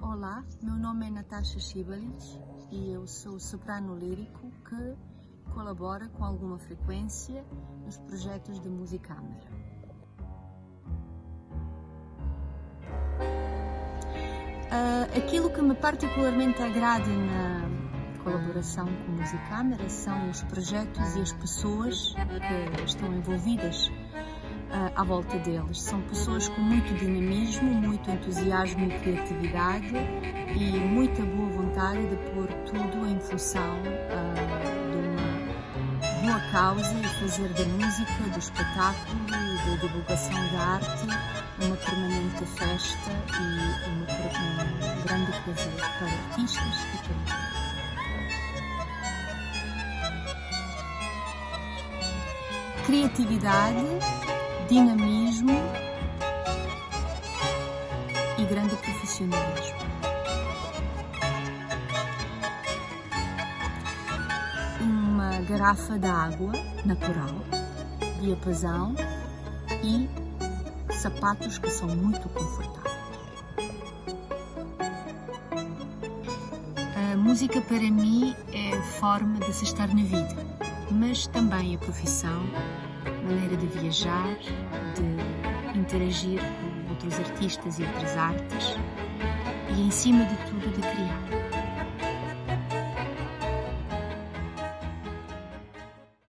Olá, meu nome é Natasha Shibalich e eu sou soprano lírico que colabora com alguma frequência nos projetos de musicâmara. Aquilo que me particularmente agrada na colaboração com musicâmara são os projetos e as pessoas que estão envolvidas à volta deles. São pessoas com muito dinamismo, muito entusiasmo e criatividade e muita boa vontade de pôr tudo em função de uma boa causa e fazer da música, do espetáculo e da divulgação da arte uma permanente festa e um grande prazer para artistas e para todos. Criatividade, dinamismo e grande profissionalismo. Uma garrafa de água natural, diapasão e sapatos que são muito confortáveis. A música para mim é a forma de se estar na vida, mas também a profissão, maneira de viajar, de interagir com outros artistas e outras artes e, em cima de tudo, de criar.